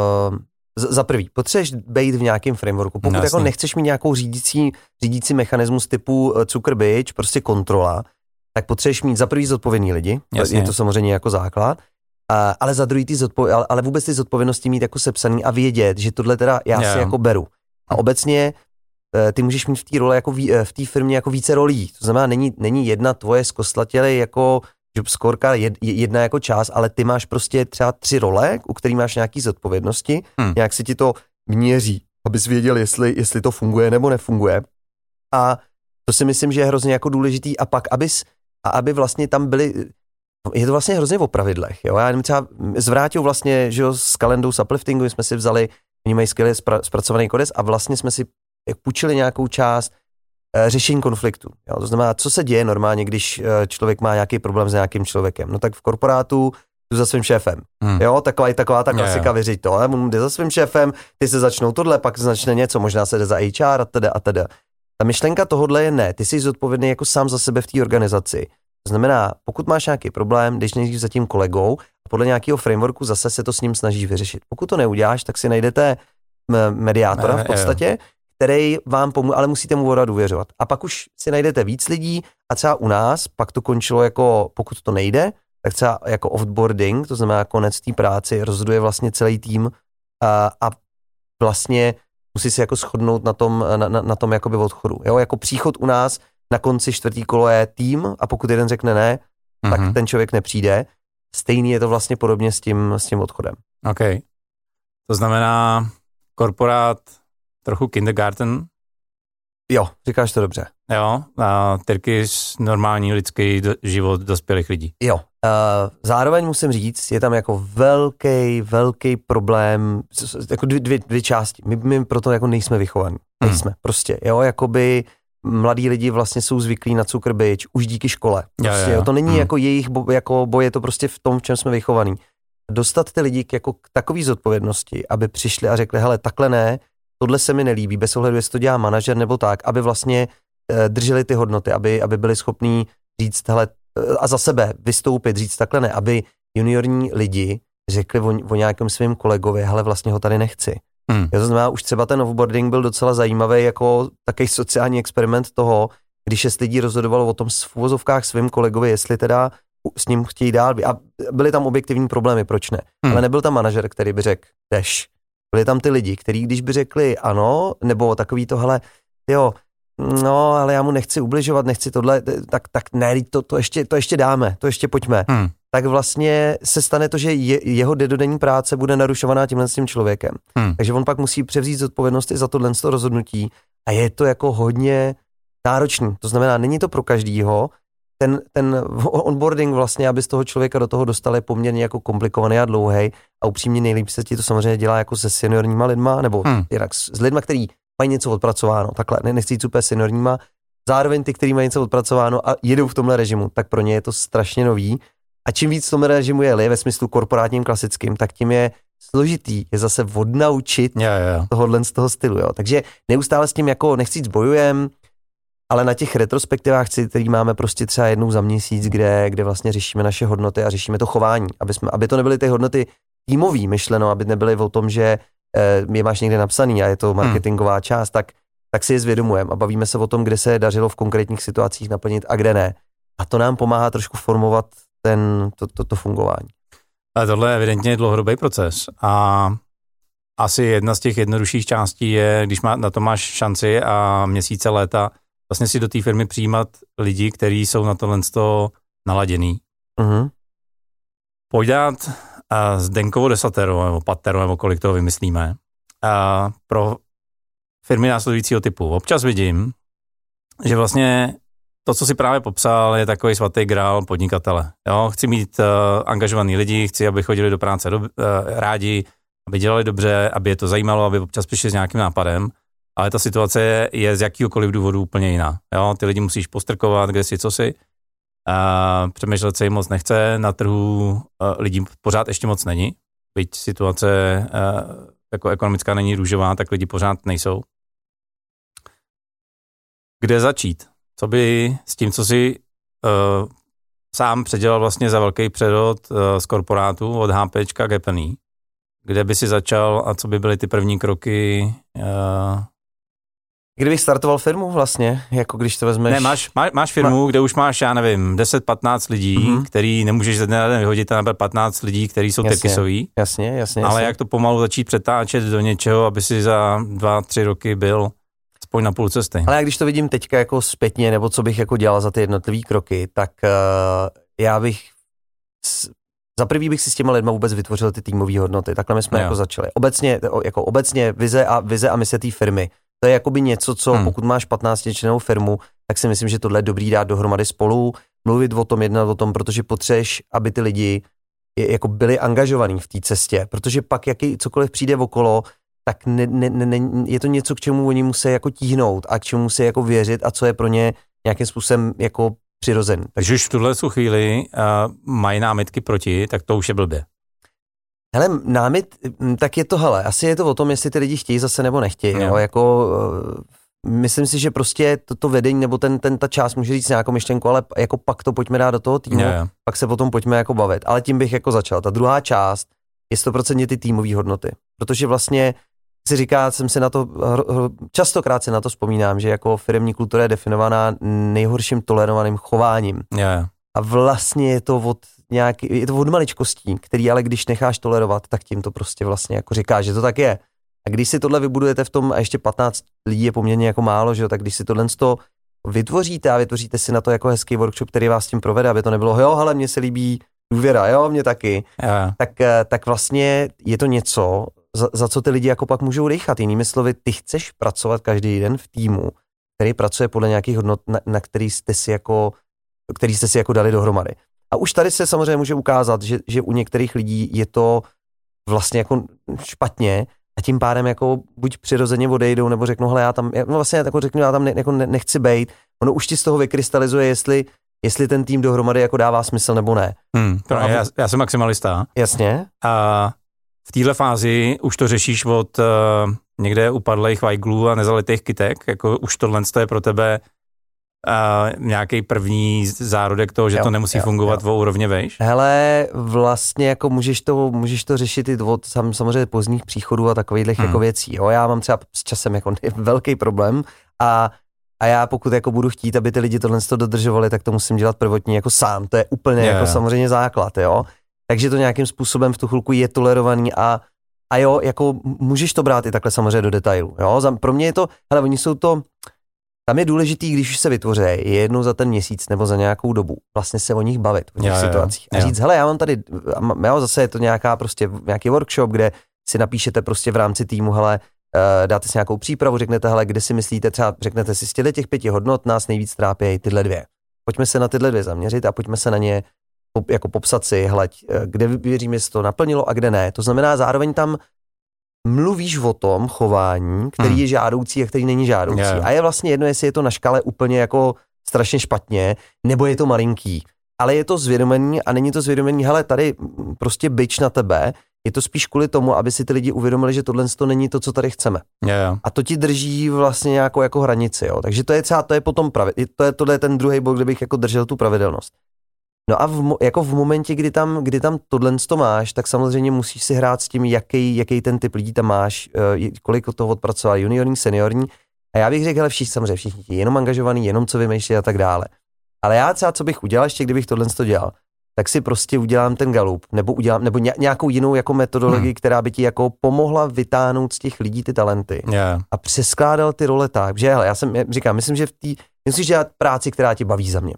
za prvý, potřebuješ být v nějakém frameworku. Pokud jako nechceš mít nějakou řídící mechanismus typu Zuckerberg, prostě kontrola, tak potřebuješ mít za prvý zodpovědný lidi. Jasně. Je to samozřejmě jako základ. Ale za druhý ale vůbec ty zodpovědnosti mít jako sepsaný a vědět, že tohle teda já si jako beru. A obecně ty můžeš mít v té roli jako v té firmě jako více rolí. To znamená, není jedna tvoje zkostlatěle jako job scoreka, jedna jako část, ale ty máš prostě třeba 3 role, u kterých máš nějaký zodpovědnosti, nějak si ti to měří, abys věděl, jestli to funguje nebo nefunguje. A to si myslím, že je hrozně jako důležitý a pak aby vlastně tam byly, je to vlastně hrozně o pravidlech, jo. Já třeba zvrátil vlastně, že jo, s kalendou s upliftingu jsme si vzali, oni mají skvěle zpracovaný kodex a vlastně jsme si půjčili nějakou část řešení konfliktu. Jo? To znamená, co se děje normálně, když člověk má nějaký problém s nějakým člověkem. No tak v korporátu jdu za svým šéfem. Jo, taková ta klasika, vyřiď to. Jde za svým šéfem, ty se začnou tohle, pak začne něco, možná se jde za HR a teda. Ta myšlenka tohodle je ne, ty jsi zodpovědný jako sám za sebe v té organizaci. To znamená, pokud máš nějaký problém, jdeš nejdřív za tím kolegou a podle nějakého frameworku zase se to s ním snažíš vyřešit. Pokud to neuděláš, tak si najdete mediátora v podstatě, který vám pomůže, ale musíte mu voda důvěřovat. A pak už si najdete víc lidí a třeba u nás pak to končilo jako, pokud to nejde, tak třeba jako offboarding, to znamená konec té práci, rozhoduje vlastně celý tým a vlastně musí se jako shodnout na tom jakoby odchodu. Jo? Jako příchod u nás na konci 4. kolo je tým a pokud jeden řekne ne, tak ten člověk nepřijde. Stejný je to vlastně podobně s tím odchodem. OK. To znamená korporát trochu kindergarten. Jo, říkáš to dobře. Jo, a Tyrkis normální lidský život dospělých lidí. Jo, zároveň musím říct, je tam jako velký problém, jako dvě části. My proto jako nejsme vychovaní. Nejsme, prostě, jo, jakoby mladí lidi vlastně jsou zvyklí na Zuckerberg už díky škole. Prostě, jo, to není jako jejich boj, je to prostě v tom, v čem jsme vychovaní. Dostat ty lidi k takový zodpovědnosti, aby přišli a řekli, hele, takhle ne, tohle se mi nelíbí, bez ohledu, jestli to dělá manažer nebo tak, aby vlastně drželi ty hodnoty, aby byli schopní říct, hele, a za sebe vystoupit, říct takhle ne, aby juniorní lidi řekli o nějakém svém kolegovi, hele, vlastně ho tady nechci. To znamená, už třeba ten offboarding byl docela zajímavý jako takový sociální experiment toho, když 6 lidí rozhodovalo o tom v uvozovkách svým kolegovi, jestli teda s ním chtějí dál. A byly tam objektivní problémy, proč ne? Ale nebyl tam manažer, který by řekl, jdeš. Byli tam ty lidi, kteří když by řekli ano, nebo takový to, hele, jo, no, ale já mu nechci ubližovat, nechci tohle, tak ne, to ještě dáme, to ještě pojďme. Tak vlastně se stane to, že jeho denní práce bude narušovaná tímhle s tím člověkem. Takže on pak musí převzít zodpovědnost i za tohle rozhodnutí a je to jako hodně náročný. To znamená, není to pro každýho. Ten onboarding vlastně, aby z toho člověka do toho dostali, je poměrně jako komplikovaný a dlouhej a upřímně nejlíp se ti to samozřejmě dělá jako se seniorníma lidma, nebo jinak s lidma, kteří mají něco odpracováno, takhle, nechci jít úplně seniorníma, zároveň ty, kteří mají něco odpracováno a jedou v tomhle režimu, tak pro ně je to strašně nový. A čím víc v tomhle režimu jeli, ve smyslu korporátním klasickým, tak tím je složitý, je zase odnaučit tohohle z toho stylu. Jo. Takže neustále s tím jako nechci jít bojujem, ale na těch retrospektivách, který máme prostě třeba jednou za měsíc, kde vlastně řešíme naše hodnoty a řešíme to chování, aby to nebyly ty hodnoty týmový myšleno, aby nebyly o tom, že je máš někde napsaný a je to marketingová část, tak si je zvědomujeme a bavíme se o tom, kde se dařilo v konkrétních situacích naplnit a kde ne. A to nám pomáhá trošku formovat to fungování. Ale tohle je evidentně dlouhodobý proces a asi jedna z těch jednodušších částí je, když na to máš šanci a měsíce, léta, vlastně si do té firmy přijímat lidi, kteří jsou na tohle naladěný. Uh-huh. Pojď dát Zdenkovo desateru, nebo pateru, nebo kolik toho vymyslíme, pro firmy následujícího typu. Občas vidím, že vlastně to, co si právě popsal, je takový svatý grál podnikatele. Jo? Chci mít angažovaný lidi, chci, aby chodili do práce rádi, aby dělali dobře, aby je to zajímalo, aby občas přišli s nějakým nápadem, ale ta situace je z jakýhokoliv důvodu úplně jiná. Jo? Ty lidi musíš postrkovat, kde si, co si. Přemýšlet se jim moc nechce, na trhu lidí pořád ještě moc není, byť situace jako ekonomická není růžová, tak lidi pořád nejsou. Kde začít? Co by s tím, co si sám předělal vlastně za velký přerod z korporátu od HPčka k Happening, kde by si začal a co by byly ty první kroky? Kdybych startoval firmu vlastně, jako když to vezmeš... Ne, máš firmu, kde už máš, já nevím, 10-15 lidí, který nemůžeš ze dne na den vyhodit, a 15 lidí, kteří jsou tekisoví. Jasně. Ale jak to pomalu začít přetáčet do něčeho, aby si za 2-3 roky byl aspoň na půl cesty. Ale jak když to vidím teďka jako zpětně, nebo co bych jako dělal za ty jednotlivý kroky, tak já bych... Za prvý bych si s těma lidma vůbec vytvořil ty týmové hodnoty. Takhle my jsme jako začali. Obecně vize a mise té firmy. To je jakoby něco, co pokud máš 15člennou firmu, tak si myslím, že tohle je dobrý dát dohromady spolu, mluvit o tom, jednat o tom, protože potřebuješ, aby ty lidi jako byli angažovaní v té cestě, protože pak cokoliv přijde okolo, tak je to něco, k čemu oni musí jako tíhnout a k čemu musí jako věřit a co je pro ně nějakým způsobem jako přirozený. Takže už v tuhle chvíli mají námitky proti, tak to už je blbě. Hele, tak je to, asi je to o tom, jestli ty lidi chtějí zase nebo nechtějí. Jo. Jako, myslím si, že prostě to vedení nebo ta část může říct nějakou myšlenku, ale jako pak to pojďme dát do toho týmu, pak se potom pojďme jako bavit. Ale tím bych jako začal. Ta druhá část je 100% ty týmové hodnoty. Protože vlastně si říká, častokrát se na to vzpomínám, že jako firemní kultura je definovaná nejhorším tolerovaným chováním. A vlastně je to od maličkostí, který ale když necháš tolerovat, tak tím to prostě vlastně jako říká, že to tak je. A když si tohle vybudujete v tom, a ještě 15 lidí je poměrně jako málo, že jo, tak když si tohle vytvoříte a vytvoříte si na to jako hezký workshop, který vás tím provede, aby to nebylo, jo, hele, mně se líbí důvěra, jo, mně taky, tak vlastně je to něco, za co ty lidi jako pak můžou dýchat. Jinými slovy, ty chceš pracovat každý den v týmu, který pracuje podle nějakých hodnot, na který jste si jako dali dohromady. A už tady se samozřejmě může ukázat, že u některých lidí je to vlastně jako špatně a tím pádem jako buď přirozeně odejdou, nebo řeknou, hele, já tam nechci bejt. Ono už ti z toho vykrystalizuje, jestli ten tým dohromady jako dává smysl nebo ne. Já jsem maximalista. Jasně. A v téhle fázi už to řešíš od někde upadlých vajglů a nezalitých kytek, jako už tohle je pro tebe nějaký první zárodek toho, že to nemusí fungovat o úrovně vejš? Hele, vlastně jako můžeš to řešit i od samozřejmě pozdních příchodů a takových jako věcí. Jo? Já mám třeba s časem jako velký problém a já pokud jako budu chtít, aby ty lidi tohle dodržovali, tak to musím dělat prvotně jako sám. To je úplně jako samozřejmě základ, jo. Takže to nějakým způsobem v tu chvilku je tolerovaný a jo, jako můžeš to brát i takhle samozřejmě do detailu, jo. Pro mě je to, hele, oni jsou to, tam je důležitý, když už se vytvoří, je jednou za ten měsíc nebo za nějakou dobu, vlastně se o nich bavit v těch situacích. A říct, hele, já mám tady, zase je to nějaký workshop, kde si napíšete prostě v rámci týmu, hele, dáte si nějakou přípravu, řeknete, hele, kde si myslíte, třeba řeknete si z těch 5 hodnot nás nejvíc trápí tyhle 2. Pojďme se na tyhle 2 zaměřit a pojďme se na ně jako popsat si, hele, kde věřím, jestli to naplnilo a kde ne. To znamená, zároveň tam mluvíš o tom chování, který je žádoucí a který není žádoucí. A je vlastně jedno, jestli je to na škále úplně jako strašně špatně, nebo je to malinký. Ale je to zvědomění a není to zvědomění, hele, tady prostě bič na tebe, je to spíš kvůli tomu, aby si ty lidi uvědomili, že tohle to není to, co tady chceme. A to ti drží vlastně nějakou jako hranici, jo. Takže to je potom tohle je ten druhý bod, kde bych jako držel tu pravidelnost. No a v momentě, kdy tam tohle to máš, tak samozřejmě musíš si hrát s tím, jaký ten typ lidí tam máš, kolik toho odpracoval, juniorní, seniorní. A já bych řekl, hele, všichni jenom angažovaný, jenom co vymýšlí a tak dále. Ale já třeba, co bych udělal ještě, kdybych tohle to dělal, tak si prostě udělám ten Gallup, nebo nějakou jinou jako metodologii, která by ti jako pomohla vytáhnout z těch lidí ty talenty a přeskládal ty role tak, že hele, myslím, že musíš dělat práci, která tě baví za mě.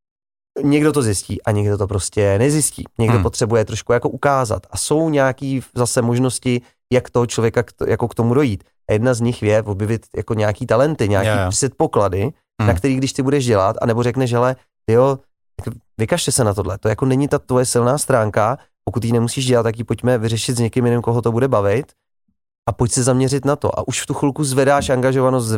Někdo to zjistí a někdo to prostě nezjistí. Někdo potřebuje trošku jako ukázat a jsou nějaký zase možnosti, jak toho člověka jako k tomu dojít. A jedna z nich je objevit jako nějaký talenty, nějaký předpoklady, na který když ty budeš dělat, anebo řekneš, hele, jo, vykažte se na tohle, to jako není ta tvoje silná stránka, pokud ji nemusíš dělat, tak ji pojďme vyřešit s někým jiným, koho to bude bavit a pojď se zaměřit na to a už v tu chvilku zvedáš angažovanost,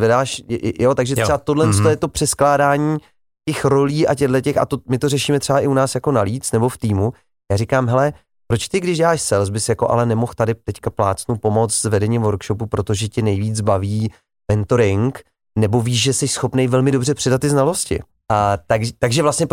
takže třeba tohle je to přeskládání těch rolí a těch a my to řešíme třeba i u nás jako na Leeds nebo v týmu. Já říkám, hele, proč ty, když děláš sales, bys jako ale nemohl tady teďka plácnu pomoct s vedením workshopu, protože tě nejvíc baví mentoring, nebo víš, že jsi schopný velmi dobře předat ty znalosti. A takže vlastně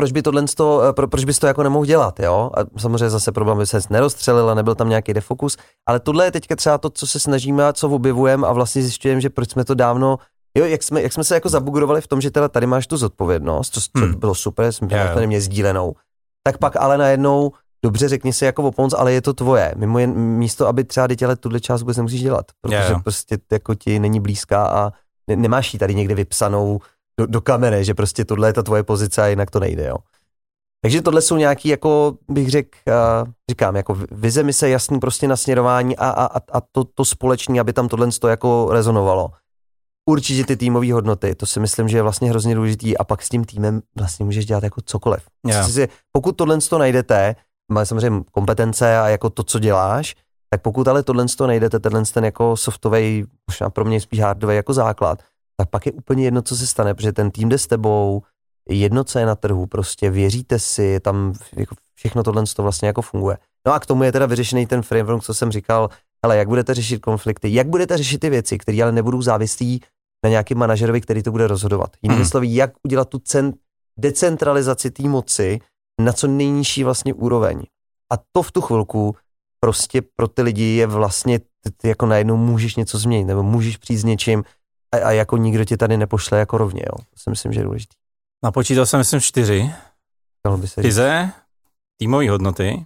proč bys to jako nemohl dělat, jo? A samozřejmě zase problém by se nerozstřelil a nebyl tam nějaký defokus, ale tohle je teďka třeba to, co se snažíme a co objevujeme a vlastně zjišťujeme, že proč jsme to dávno, jo, jak jsme se jako zabugrovali v tom, že teda tady máš tu zodpovědnost, co bylo super, jsme to neměli sdílenou, tak pak ale najednou dobře, řekni si jako o pomoc, ale je to tvoje. Mimo jen místo, aby třeba dělat tuhle část vůbec nemusíš dělat, protože prostě jako ti není blízká a nemáš ji tady někde vypsanou do kamene, že prostě tohle je ta tvoje pozice a jinak to nejde, jo. Takže tohle jsou nějaký, jako bych říkám, jako vize, mise, jasný prostě nasměrování a to společný, aby tam tohle jako rezonovalo. Určitě ty týmové hodnoty, to si myslím, že je vlastně hrozně důležitý a pak s tím týmem vlastně můžeš dělat jako cokoliv. Pokud tohle najdete, má samozřejmě kompetence a jako to, co děláš, tak pokud ale tohle najdete, ten jako softovej, možná pro mě spíš hardovej jako základ, tak pak je úplně jedno, co se stane, protože ten tým jde s tebou, jedno, co je na trhu, prostě věříte si, tam jako všechno tohle vlastně jako funguje. No a k tomu je teda vyřešený ten framework, co jsem říkal, hele, jak budete řešit konflikty, jak budete řešit ty věci, které ale nebudou závislí na nějakým manažerovi, který to bude rozhodovat. Jinými slovy, jak udělat tu decentralizaci té moci na co nejnižší vlastně úroveň. A to v tu chvilku prostě pro ty lidi je vlastně, ty jako najednou můžeš něco změnit, nebo můžeš přijít s něčím a jako nikdo tě tady nepošle jako rovně, jo. To si myslím, že je důležitý. Napočítal jsem, myslím, 4. Vize, týmové hodnoty,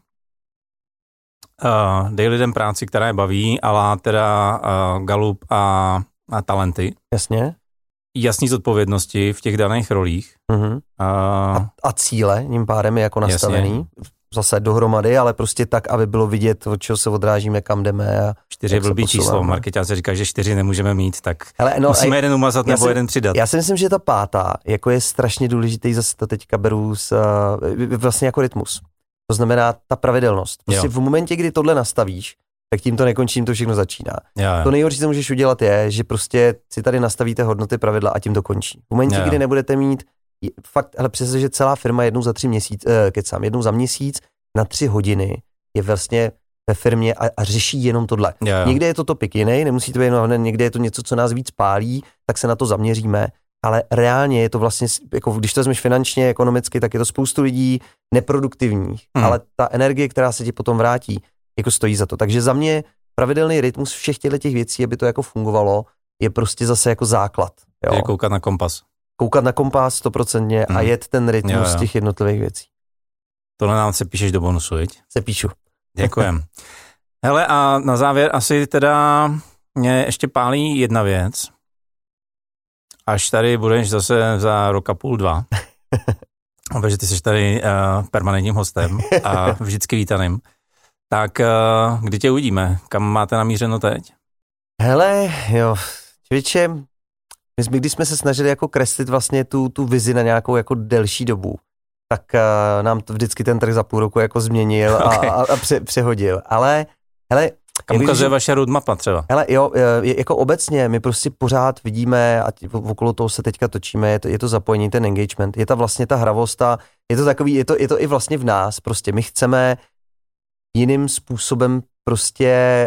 dej lidem práci, která je baví, ale teda Gallup a talenty. Jasně. Jasný zodpovědnosti v těch daných rolích. A cíle, tím pádem je jako nastavený. Jasně. Zase dohromady, ale prostě tak, aby bylo vidět, od čeho se odrážíme, kam jdeme. 4 je blbý číslo, markeťáci říká, že 4 nemůžeme mít, tak musíme jeden umazat nebo jeden přidat. Já si myslím, že ta 5. jako je strašně důležitý, zase to teďka beru vlastně jako rytmus. To znamená ta pravidelnost. Prostě v momentě, kdy tohle nastavíš, tak tím to nekončí, tím to všechno začíná. To nejhorší, co můžeš udělat, je, že prostě si tady nastavíte hodnoty, pravidla a tím to končí. V momentě, kdy nebudete mít fakt, ale přesně, že celá firma jednou za měsíc na 3 hodiny je vlastně ve firmě a řeší jenom tohle. Někde je to topik jiný, nemusí to být jenom, někde je to něco, co nás víc pálí, tak se na to zaměříme, ale reálně je to vlastně, jako když to vezmeš finančně, ekonomicky, tak je to spoustu lidí neproduktivních, ale ta energie, která se ti potom vrátí, jako stojí za to. Takže za mě pravidelný rytmus všech těch věcí, aby to jako fungovalo, je prostě zase jako základ. Jo? Je koukat na kompas. Koukat na kompas 100% a jet ten rytmus z těch jednotlivých věcí. Tohle nám se píšeš do bonusu, viď? Se píšu. Děkujem. Hele, a na závěr asi teda mě ještě pálí jedna věc. Až tady budeš zase za rok a půl, 2, protože ty jsi tady permanentním hostem a vždycky vítaným, tak kdy tě uvidíme? Kam máte namířeno teď? Hele, jo, člověče, když jsme se snažili jako kreslit vlastně tu vizi na nějakou jako delší dobu, tak nám to vždycky ten trh za půl roku jako změnil a přehodil. Ale hele, kam ukazuje vaše roadmapa třeba? Hele, jo, jako obecně my prostě pořád vidíme a okolo toho se teďka točíme, je to zapojení, ten engagement, je ta vlastně ta hravost a je to takový, je to i vlastně v nás, prostě my chceme jiným způsobem prostě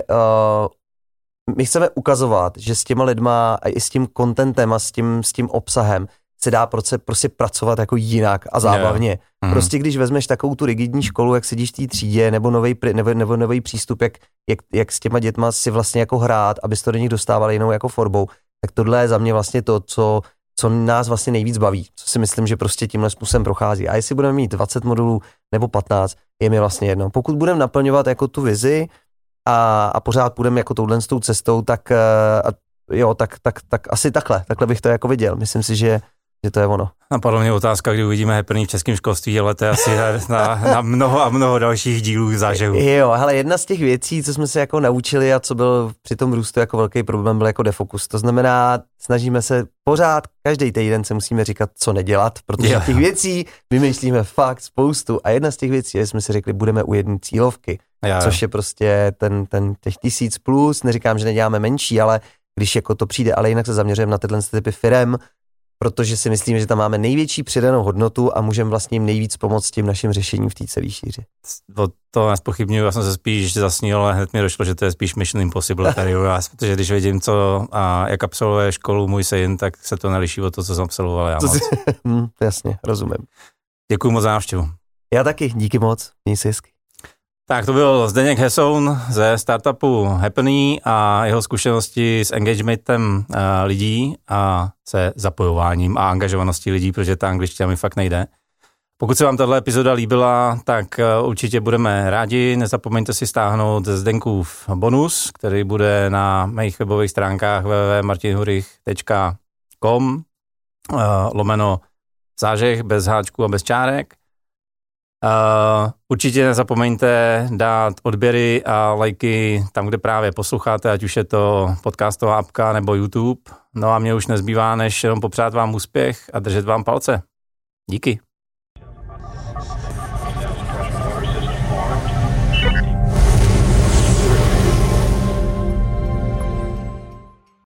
my chceme ukazovat, že s těma lidma a i s tím contentem a s tím obsahem se dá prostě pracovat jako jinak a zábavně. Prostě když vezmeš takovou tu rigidní školu, jak sedíš v té třídě, nebo nový přístup, jak s těma dětma si vlastně jako hrát, abys to do nich dostával jinou jako formou, tak tohle je za mě vlastně to, co co nás vlastně nejvíc baví, co si myslím, že prostě tímhle způsobem prochází. A jestli budeme mít 20 modulů nebo 15, je mi vlastně jedno. Pokud budeme naplňovat jako tu vizi a pořád půjdeme jako touhle s tou cestou, tak asi takhle bych to jako viděl. Myslím si, že to je ono. Napadlo mě otázka, kdy uvidíme Happening v českém školství, ale to je asi na mnoho a mnoho dalších dílů zážehů. Jo, hele, jedna z těch věcí, co jsme se jako naučili a co byl při tom růstu jako velký problém, byl jako defokus. To znamená, snažíme se pořád, každý týden se musíme říkat, co nedělat, protože těch věcí vymýšlíme fakt spoustu. A jedna z těch věcí, že jsme si řekli, budeme u jedné cílovky, což je prostě těch 1000 plus, neříkám, že neděláme menší, ale když jako to přijde, ale jinak se zaměřujeme na tyhle typy firem, protože si myslíme, že tam máme největší přidanou hodnotu a můžeme vlastně jim nejvíc pomoct tím naším řešením v té celé šíři. To nespochybnuju, já jsem se spíš zasnil, ale hned mi došlo, že to je spíš Mission Impossible tady u vás, protože když vidím, jak absolvuje školu můj syn, tak se to neliší od toho, co jsem absolvoval já moc. Jasně, rozumím. Děkuju moc za návštěvu. Já taky, díky moc, měj se hezky. Tak to byl Zdeněk Hesoun ze startupu Happny a jeho zkušenosti s engagementem lidí a se zapojováním a angažovaností lidí, protože ta angličtina mi fakt nejde. Pokud se vám tato epizoda líbila, tak určitě budeme rádi. Nezapomeňte si stáhnout Zdeňkův bonus, který bude na mých webových stránkách www.martinhurich.com /zážeh bez háčků a bez čárek. Určitě nezapomeňte dát odběry a lajky tam, kde právě posloucháte, ať už je to podcastová apka nebo YouTube. No a mě už nezbývá, než jenom popřát vám úspěch a držet vám palce. Díky.